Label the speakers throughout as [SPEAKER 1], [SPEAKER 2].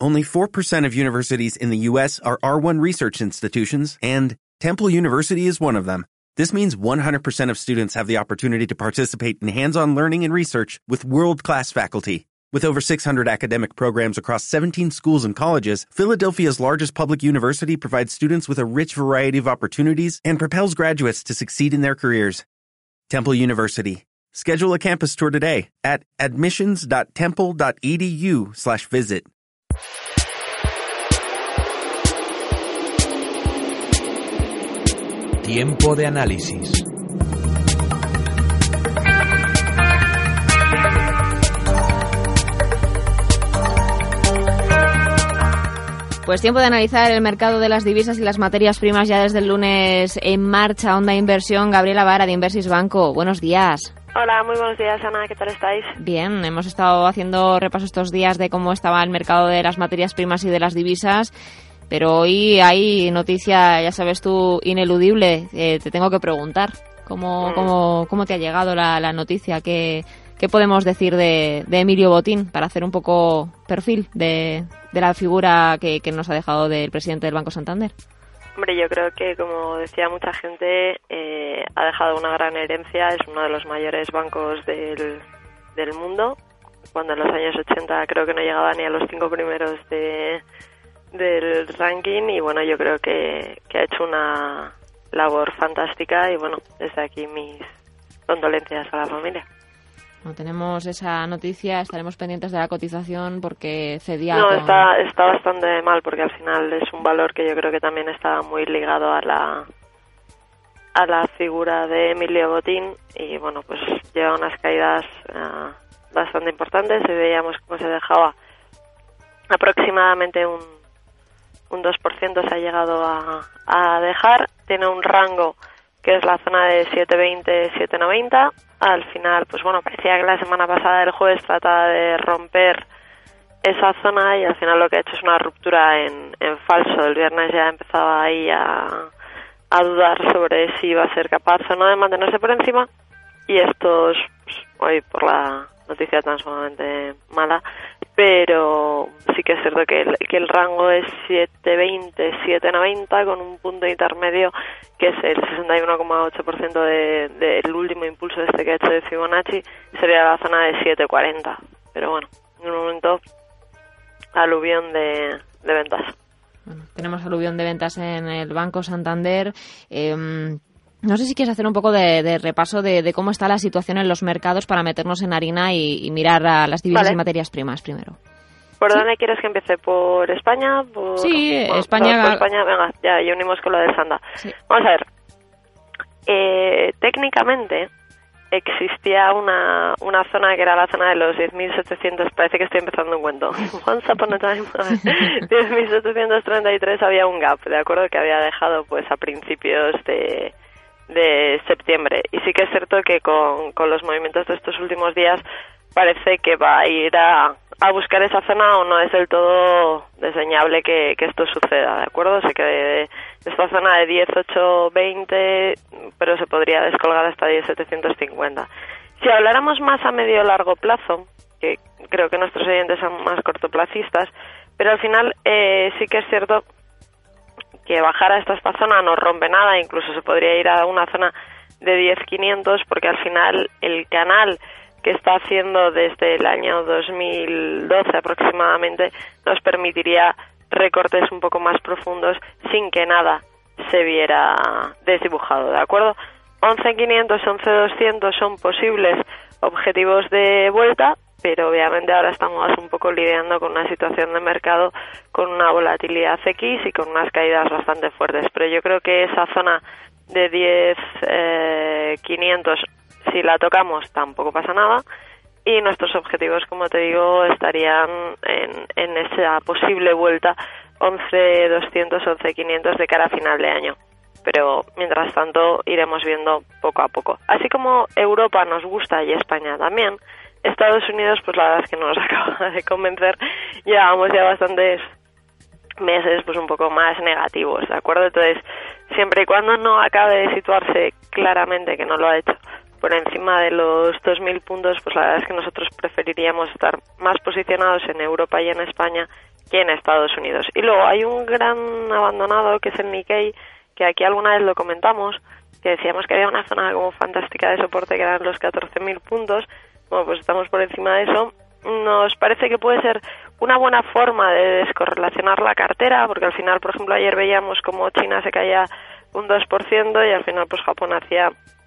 [SPEAKER 1] Only 4% of universities in the U.S. are R1 research institutions, and Temple University is one of them. This means 100% of students have the opportunity to participate in hands-on learning and research with world-class faculty. With over 600 academic programs across 17 schools and colleges, Philadelphia's largest public university provides students with a rich variety of opportunities and propels graduates to succeed in their careers. Temple University. Schedule a campus tour today at admissions.temple.edu/visit.
[SPEAKER 2] Tiempo de análisis.
[SPEAKER 3] Pues tiempo de analizar el mercado de las divisas y las materias primas ya desde el lunes en marcha. Onda Inversión, Gabriela Vara de Inversis Banco. Buenos días.
[SPEAKER 4] Hola, muy buenos días, Ana. ¿Qué tal estáis?
[SPEAKER 3] Bien, hemos estado haciendo repaso estos días de cómo estaba el mercado de las materias primas y de las divisas, pero hoy hay noticia, ya sabes tú, ineludible. Te tengo que preguntar, ¿cómo te ha llegado la noticia? ¿Qué podemos decir de Emilio Botín para hacer un poco perfil de la figura que nos ha dejado del presidente del Banco Santander?
[SPEAKER 4] Hombre, yo creo que, como decía mucha gente, ha dejado una gran herencia. Es uno de los mayores bancos del mundo, cuando en los años 80 creo que no llegaba ni a los 5 primeros del ranking, y bueno, yo creo que ha hecho una labor fantástica, y bueno, desde aquí mis condolencias a la familia.
[SPEAKER 3] No tenemos esa noticia, estaremos pendientes de la cotización porque cedía.
[SPEAKER 4] No, está bastante mal, porque al final es un valor que yo creo que también está muy ligado a la figura de Emilio Botín, y bueno, pues lleva unas caídas bastante importantes. Y veíamos cómo se dejaba aproximadamente un 2% se ha llegado a dejar. Tiene un rango que es la zona de 7.20-7.90. Al final, pues bueno, parecía que la semana pasada, el jueves, trataba de romper esa zona, y al final lo que ha hecho es una ruptura en falso. El viernes ya empezaba ahí a dudar sobre si iba a ser capaz o no de mantenerse por encima, y estos, pues, hoy por la noticia tan sumamente mala, pero sí que es cierto que el rango es 7.20-7.90, con un punto intermedio que es el 61,8% del último impulso que ha hecho de Fibonacci, sería la zona de 7.40. Pero bueno, en un momento aluvión de ventas.
[SPEAKER 3] Bueno, tenemos aluvión de ventas en el Banco Santander. No sé si quieres hacer un poco de repaso de cómo está la situación en los mercados para meternos en harina y mirar a las divisas y materias primas primero.
[SPEAKER 4] ¿Por dónde quieres que empiece? ¿Por España?
[SPEAKER 3] Sí, España.
[SPEAKER 4] Por España, venga, ya unimos con lo de Sanda.
[SPEAKER 3] Sí. Vamos
[SPEAKER 4] a ver. Técnicamente existía una zona que era la zona de los 10.700, parece que estoy empezando un cuento. Once upon a time, 10.733 había un gap, ¿de acuerdo? Que había dejado pues a principios de septiembre. Y sí que es cierto que con los movimientos de estos últimos días parece que va a ir a buscar esa zona, o no es del todo desdeñable que esto suceda, ¿de acuerdo? Se quede esta zona de 10.820, pero se podría descolgar hasta 10.750. Si habláramos más a medio o largo plazo, que creo que nuestros oyentes son más cortoplacistas, pero al final sí que es cierto que bajar hasta esta zona no rompe nada, incluso se podría ir a una zona de 10.500, porque al final el canal que está haciendo desde el año 2012 aproximadamente nos permitiría recortes un poco más profundos sin que nada se viera desdibujado, ¿de acuerdo? 11.500, 11.200 son posibles objetivos de vuelta, pero obviamente ahora estamos un poco lidiando con una situación de mercado con una volatilidad X y con unas caídas bastante fuertes, pero yo creo que esa zona de 10.500, si la tocamos tampoco pasa nada, y nuestros objetivos, como te digo, estarían en esa posible vuelta 11.200, 11.500 de cara a final de año. Pero mientras tanto iremos viendo poco a poco. Así como Europa nos gusta y España también, Estados Unidos pues la verdad es que no nos acaba de convencer. Llevamos ya bastantes meses pues un poco más negativos, ¿de acuerdo? Entonces, siempre y cuando no acabe de situarse claramente, que no lo ha hecho, por encima de los 2.000 puntos, pues la verdad es que nosotros preferiríamos estar más posicionados en Europa y en España que en Estados Unidos. Y luego hay un gran abandonado que es el Nikkei, que aquí alguna vez lo comentamos, que decíamos que había una zona como fantástica de soporte que eran los 14.000 puntos. Bueno, pues estamos por encima de eso. Nos parece que puede ser una buena forma de descorrelacionar la cartera, porque al final, por ejemplo, ayer veíamos como China se caía un 2% y al final pues Japón hacía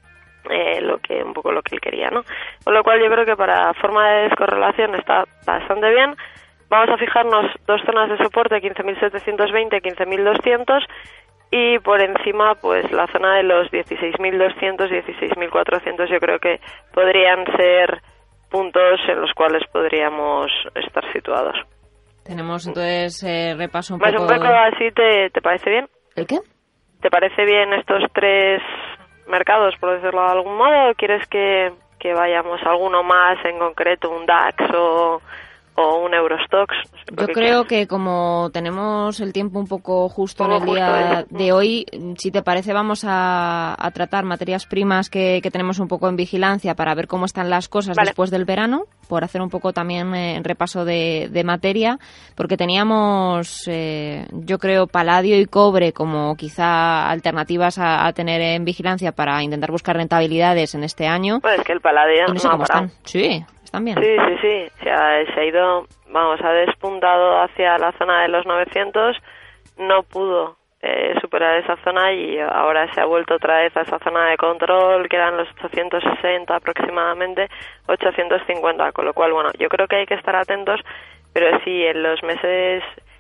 [SPEAKER 4] un poco lo que él quería, ¿no? Con lo cual yo creo que para forma de descorrelación está bastante bien. Vamos a fijarnos dos zonas de soporte, 15.720, 15.200, y por encima pues la zona de los 16.200, 16.400 yo creo que podrían ser puntos en los cuales podríamos estar situados.
[SPEAKER 3] Tenemos entonces repaso un
[SPEAKER 4] poco...
[SPEAKER 3] poco...
[SPEAKER 4] un poco así, ¿te parece bien?
[SPEAKER 3] ¿El qué?
[SPEAKER 4] ¿Te parece bien estos tres mercados, por decirlo de algún modo, o quieres que vayamos a alguno más en concreto, un DAX o un Eurostoxx?
[SPEAKER 3] Yo creo que como tenemos el tiempo un poco justo en el día de hoy, si te parece vamos a tratar materias primas que tenemos un poco en vigilancia para ver cómo están las cosas después del verano, por hacer un poco también repaso de materia, porque teníamos, yo creo, paladio y cobre como quizá alternativas a tener en vigilancia para intentar buscar rentabilidades en este año.
[SPEAKER 4] Pues es que el paladio
[SPEAKER 3] no sé cómo están. Sí. ¿Están bien?
[SPEAKER 4] Sí. Se ha ido, ha despuntado hacia la zona de los 900, no pudo superar esa zona y ahora se ha vuelto otra vez a esa zona de control, que eran los 860 aproximadamente, 850, con lo cual, bueno, yo creo que hay que estar atentos, pero sí, en los meses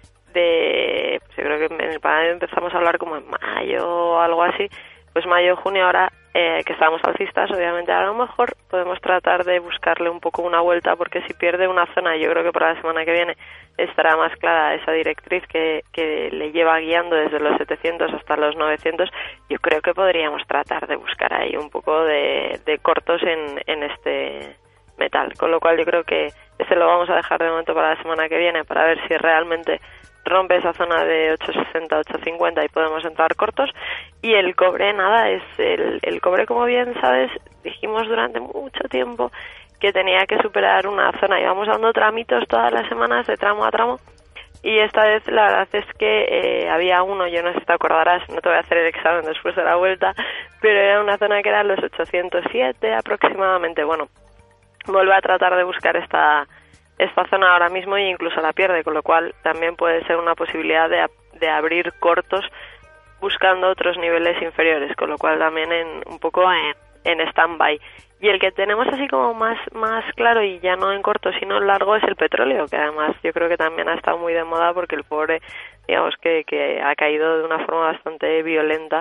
[SPEAKER 4] de, pues yo creo que en el panel empezamos a hablar como en mayo o algo así, pues mayo, junio, ahora que estábamos alcistas, obviamente a lo mejor podemos tratar de buscarle un poco una vuelta, porque si pierde una zona, yo creo que para la semana que viene estará más clara esa directriz que le lleva guiando desde los 700 hasta los 900, yo creo que podríamos tratar de buscar ahí un poco de cortos en este metal, con lo cual yo creo que este lo vamos a dejar de momento para la semana que viene, para ver si realmente rompe esa zona de 860, 850 y podemos entrar cortos. Y el cobre, nada, es el cobre, como bien sabes, dijimos durante mucho tiempo que tenía que superar una zona. Íbamos dando tramitos todas las semanas de tramo a tramo y esta vez la verdad es que había uno, yo no sé si te acordarás, no te voy a hacer el examen después de la vuelta, pero era una zona que eran los 807 aproximadamente. Bueno, vuelve a tratar de buscar esta zona ahora mismo e incluso la pierde, con lo cual también puede ser una posibilidad de abrir cortos buscando otros niveles inferiores, con lo cual también un poco en stand-by. Y el que tenemos así como más claro, y ya no en corto sino en largo, es el petróleo, que además yo creo que también ha estado muy de moda porque el pobre, digamos que ha caído de una forma bastante violenta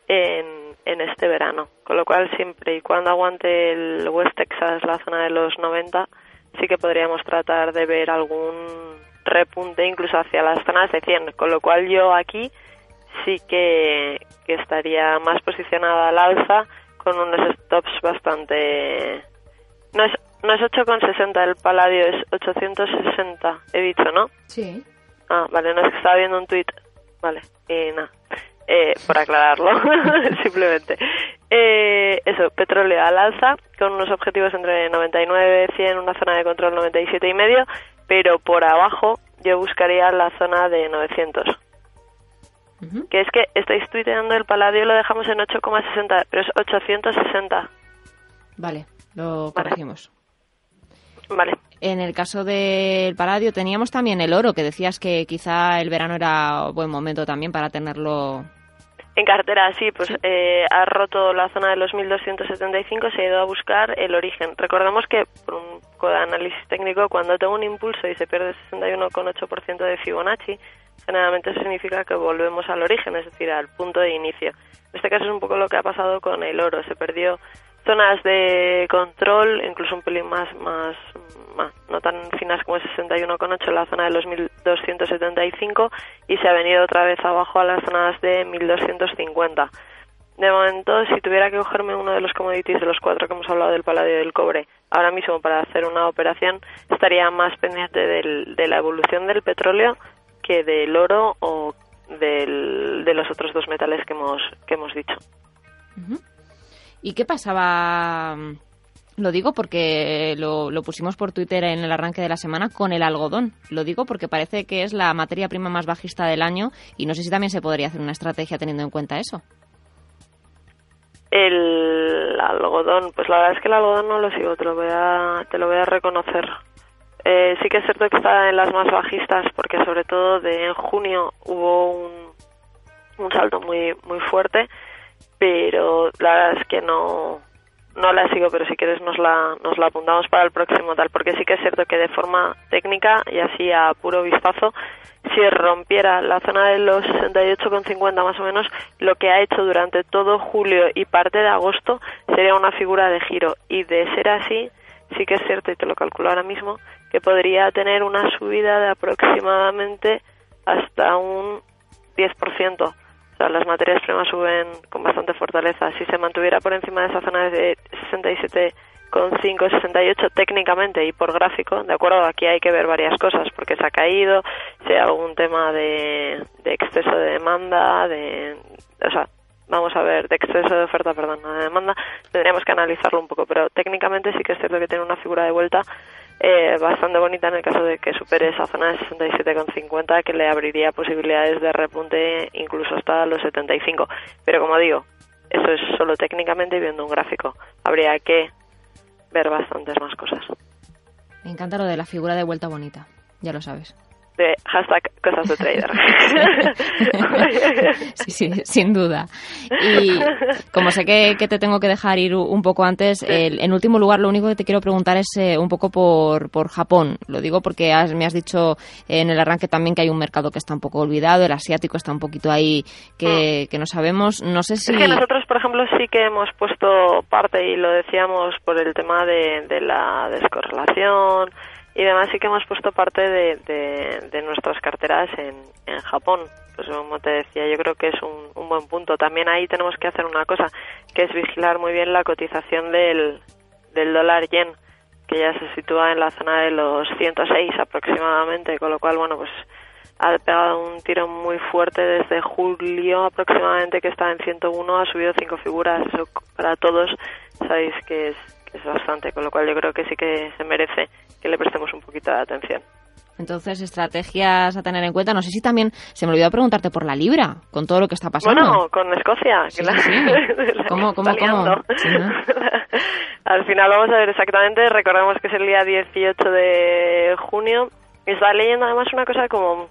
[SPEAKER 4] en este verano, con lo cual siempre y cuando aguante el West Texas, la zona de los 90, sí que podríamos tratar de ver algún repunte incluso hacia las zonas de 100, con lo cual yo aquí sí que estaría más posicionada al alza con unos stops bastante... No es 8,60 el paladio, es 860, he dicho, ¿no?
[SPEAKER 3] Sí.
[SPEAKER 4] Ah, vale, no es que estaba viendo un tuit. Vale, y nada. Por aclararlo, simplemente. Eso, petróleo al alza, con unos objetivos entre 99, 100, una zona de control 97,5, pero por abajo yo buscaría la zona de 900. Uh-huh. Que es que estáis tuiteando el paladio, lo dejamos en 8,60, pero es 860.
[SPEAKER 3] Vale, lo corregimos.
[SPEAKER 4] Vale.
[SPEAKER 3] En el caso del paladio teníamos también el oro, que decías que quizá el verano era buen momento también para tenerlo...
[SPEAKER 4] En cartera, sí, pues sí. Ha roto la zona de los 1.275, se ha ido a buscar el origen. Recordemos que, por un poco de análisis técnico, cuando tengo un impulso y se pierde 61,8% de Fibonacci, generalmente eso significa que volvemos al origen, es decir, al punto de inicio. En este caso es un poco lo que ha pasado con el oro. Se perdió zonas de control, incluso un pelín más no tan finas como el 61,8, la zona de los 1.275, y se ha venido otra vez abajo a las zonas de 1.250. De momento, si tuviera que cogerme uno de los commodities de los cuatro que hemos hablado, del paladio y del cobre, ahora mismo para hacer una operación, estaría más pendiente de la evolución del petróleo que del oro o de los otros dos metales que hemos dicho.
[SPEAKER 3] Uh-huh. ¿Y qué pasaba Lo digo porque lo pusimos por Twitter en el arranque de la semana con el algodón. Lo digo porque parece que es la materia prima más bajista del año y no sé si también se podría hacer una estrategia teniendo en cuenta eso.
[SPEAKER 4] El algodón, pues la verdad es que el algodón no lo sigo, te lo voy a reconocer. Sí que es cierto que está en las más bajistas porque sobre todo en junio hubo un salto muy muy fuerte, pero la verdad es que no la sigo, pero si quieres nos la apuntamos para el próximo tal, porque sí que es cierto que de forma técnica y así a puro vistazo, si rompiera la zona de los 68,50 más o menos, lo que ha hecho durante todo julio y parte de agosto sería una figura de giro, y de ser así, sí que es cierto, y te lo calculo ahora mismo, que podría tener una subida de aproximadamente hasta un 10%. O sea, las materias primas suben con bastante fortaleza. Si se mantuviera por encima de esa zona de 67,5, 68 técnicamente y por gráfico, de acuerdo, aquí hay que ver varias cosas, porque se ha caído, si hay algún tema de exceso de demanda, de exceso de oferta, perdón, no de demanda, tendríamos que analizarlo un poco, pero técnicamente sí que es cierto que tiene una figura de vuelta bastante bonita en el caso de que supere esa zona de 67,50, que le abriría posibilidades de repunte incluso hasta los 75. Pero como digo, eso es solo técnicamente viendo un gráfico. Habría que ver bastantes más cosas.
[SPEAKER 3] Me encanta lo de la figura de vuelta bonita, ya lo sabes.
[SPEAKER 4] De hashtag cosas de trader.
[SPEAKER 3] Sí, sin duda. Y como sé que te tengo que dejar ir un poco antes, en último lugar lo único que te quiero preguntar es un poco por Japón. Lo digo porque me has dicho en el arranque también que hay un mercado que está un poco olvidado, el asiático está un poquito ahí que no sabemos. No sé si...
[SPEAKER 4] Es que nosotros, por ejemplo, sí que hemos puesto parte, y lo decíamos por el tema de la descorrelación y demás, sí que hemos puesto parte de nuestras carteras en Japón. Pues como te decía, yo creo que es un buen punto. También ahí tenemos que hacer una cosa, que es vigilar muy bien la cotización del dólar yen, que ya se sitúa en la zona de los 106 aproximadamente, con lo cual, bueno, pues ha pegado un tiro muy fuerte desde julio aproximadamente, que está en 101, ha subido 5 figuras. Eso para todos sabéis que es bastante, con lo cual yo creo que sí que se merece que le prestemos un poquito de atención.
[SPEAKER 3] Entonces, estrategias a tener en cuenta. No sé si también se me olvidó preguntarte por la libra, con todo lo que está pasando.
[SPEAKER 4] Bueno, con Escocia.
[SPEAKER 3] Sí. ¿Cómo? Sí, ¿no?
[SPEAKER 4] Al final vamos a ver exactamente. Recordemos que es el día 18 de junio. Estaba leyendo además una cosa como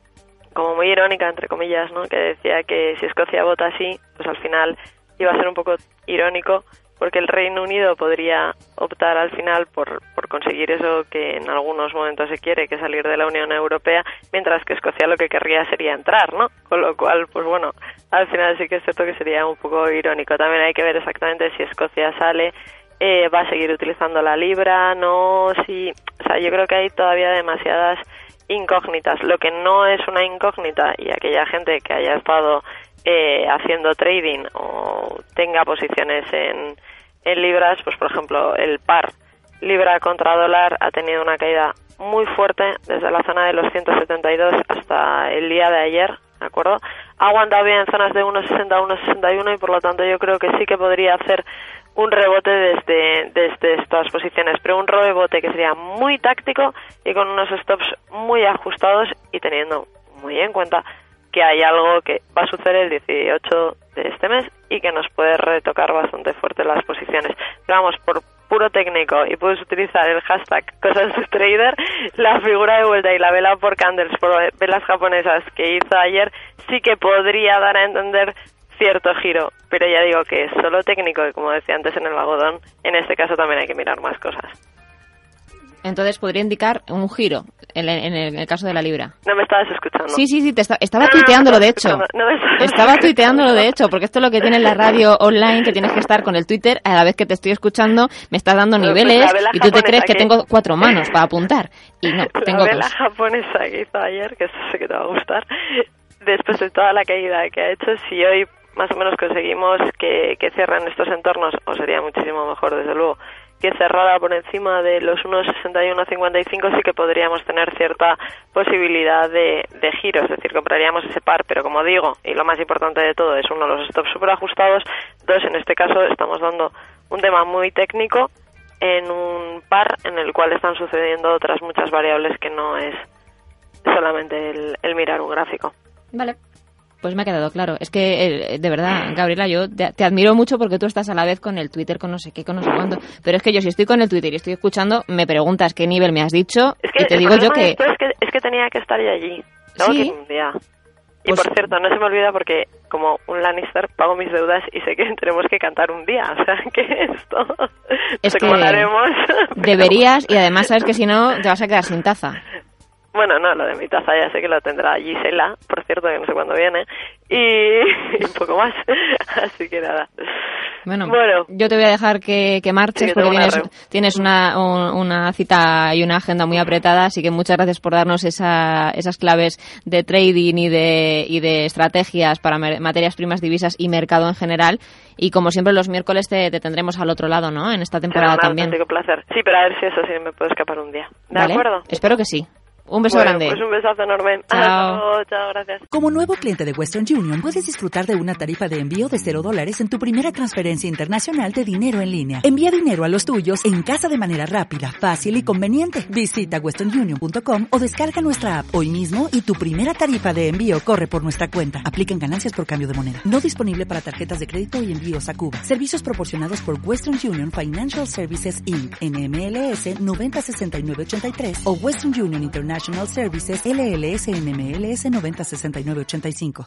[SPEAKER 4] muy irónica, entre comillas, ¿no? Que decía que si Escocia vota así, pues al final iba a ser un poco irónico, porque el Reino Unido podría optar al final por conseguir eso que en algunos momentos se quiere, que es salir de la Unión Europea, mientras que Escocia lo que querría sería entrar, ¿no? Con lo cual, pues bueno, al final sí que es cierto que sería un poco irónico. También hay que ver exactamente si Escocia sale, va a seguir utilizando la libra, no, si... O sea, yo creo que hay todavía demasiadas incógnitas. Lo que no es una incógnita, y aquella gente que haya estado haciendo trading o tenga posiciones en libras, pues por ejemplo el par libra contra dólar ha tenido una caída muy fuerte desde la zona de los 172 hasta el día de ayer, ¿de acuerdo? Ha aguantado bien en zonas de 1,60 a 1,61 y por lo tanto yo creo que sí que podría hacer un rebote desde estas posiciones, pero un rebote que sería muy táctico y con unos stops muy ajustados, y teniendo muy en cuenta que hay algo que va a suceder el 18 de este mes y que nos puede retocar bastante fuerte las posiciones. Pero vamos, por puro técnico, y puedes utilizar el hashtag cosas de trader, la figura de vuelta y la vela por candles, por velas japonesas que hizo ayer, sí que podría dar a entender cierto giro, pero ya digo que es solo técnico, y como decía antes en el algodón, en este caso también hay que mirar más cosas.
[SPEAKER 3] Entonces podría indicar un giro en el caso de la libra.
[SPEAKER 4] No me estabas escuchando.
[SPEAKER 3] Sí, estaba tuiteándolo, de hecho. Estaba tuiteándolo, de hecho, porque esto es lo que tiene la radio online, que tienes que estar con el Twitter, a la vez que te estoy escuchando, me estás dando niveles, y tú te crees que tengo 4 manos para apuntar. Y no, tengo 2.
[SPEAKER 4] La vela japonesa que hizo ayer, que eso sé que te va a gustar, después de toda la caída que ha hecho, si hoy más o menos conseguimos que cierren estos entornos, o sería muchísimo mejor, desde luego, que cerrada por encima de los 1,61-55, sí que podríamos tener cierta posibilidad de giro, es decir, compraríamos ese par, pero como digo, y lo más importante de todo es, uno, los stops super ajustados, 2, en este caso estamos dando un tema muy técnico, en un par en el cual están sucediendo otras muchas variables que no es solamente el mirar un gráfico.
[SPEAKER 3] Vale. Pues me ha quedado claro. Es que, de verdad, Gabriela, yo te admiro mucho porque tú estás a la vez con el Twitter, con no sé qué, con no sé cuánto. Pero es que yo, si estoy con el Twitter y estoy escuchando, me preguntas qué nivel me has dicho y te digo yo que...
[SPEAKER 4] Es que tenía que estar yo allí. Tengo que ir un día. Y
[SPEAKER 3] pues,
[SPEAKER 4] por cierto, no se me olvida porque como un Lannister pago mis deudas y sé que tenemos que cantar un día. O sea, que esto...
[SPEAKER 3] Es que
[SPEAKER 4] cómo lo haremos,
[SPEAKER 3] deberías, y además sabes que si no te vas a quedar sin taza.
[SPEAKER 4] Bueno, no, lo de mi taza ya sé que lo tendrá Gisela, por cierto, que no sé cuándo viene, y un poco más, así que nada.
[SPEAKER 3] Bueno, yo te voy a dejar que marches, sí, porque tienes una cita y una agenda muy apretada, así que muchas gracias por darnos esas claves de trading y de estrategias para materias primas, divisas y mercado en general. Y como siempre los miércoles te tendremos al otro lado, ¿no? En esta temporada también.
[SPEAKER 4] Un placer. Sí, pero a ver si eso sí me puedo escapar un día. ¿De acuerdo?
[SPEAKER 3] Espero que sí. Un beso grande.
[SPEAKER 4] Pues un besazo enorme.
[SPEAKER 3] Chao.
[SPEAKER 4] Chao, gracias.
[SPEAKER 5] Como nuevo cliente de Western Union, puedes disfrutar de una tarifa de envío de $0 en tu primera transferencia internacional de dinero en línea. Envía dinero a los tuyos en casa de manera rápida, fácil y conveniente. Visita westernunion.com o descarga nuestra app hoy mismo y tu primera tarifa de envío corre por nuestra cuenta. Aplican ganancias por cambio de moneda. No disponible para tarjetas de crédito y envíos a Cuba. Servicios proporcionados por Western Union Financial Services Inc. NMLS 906983 o Western Union International Services LLS NMLS 906985.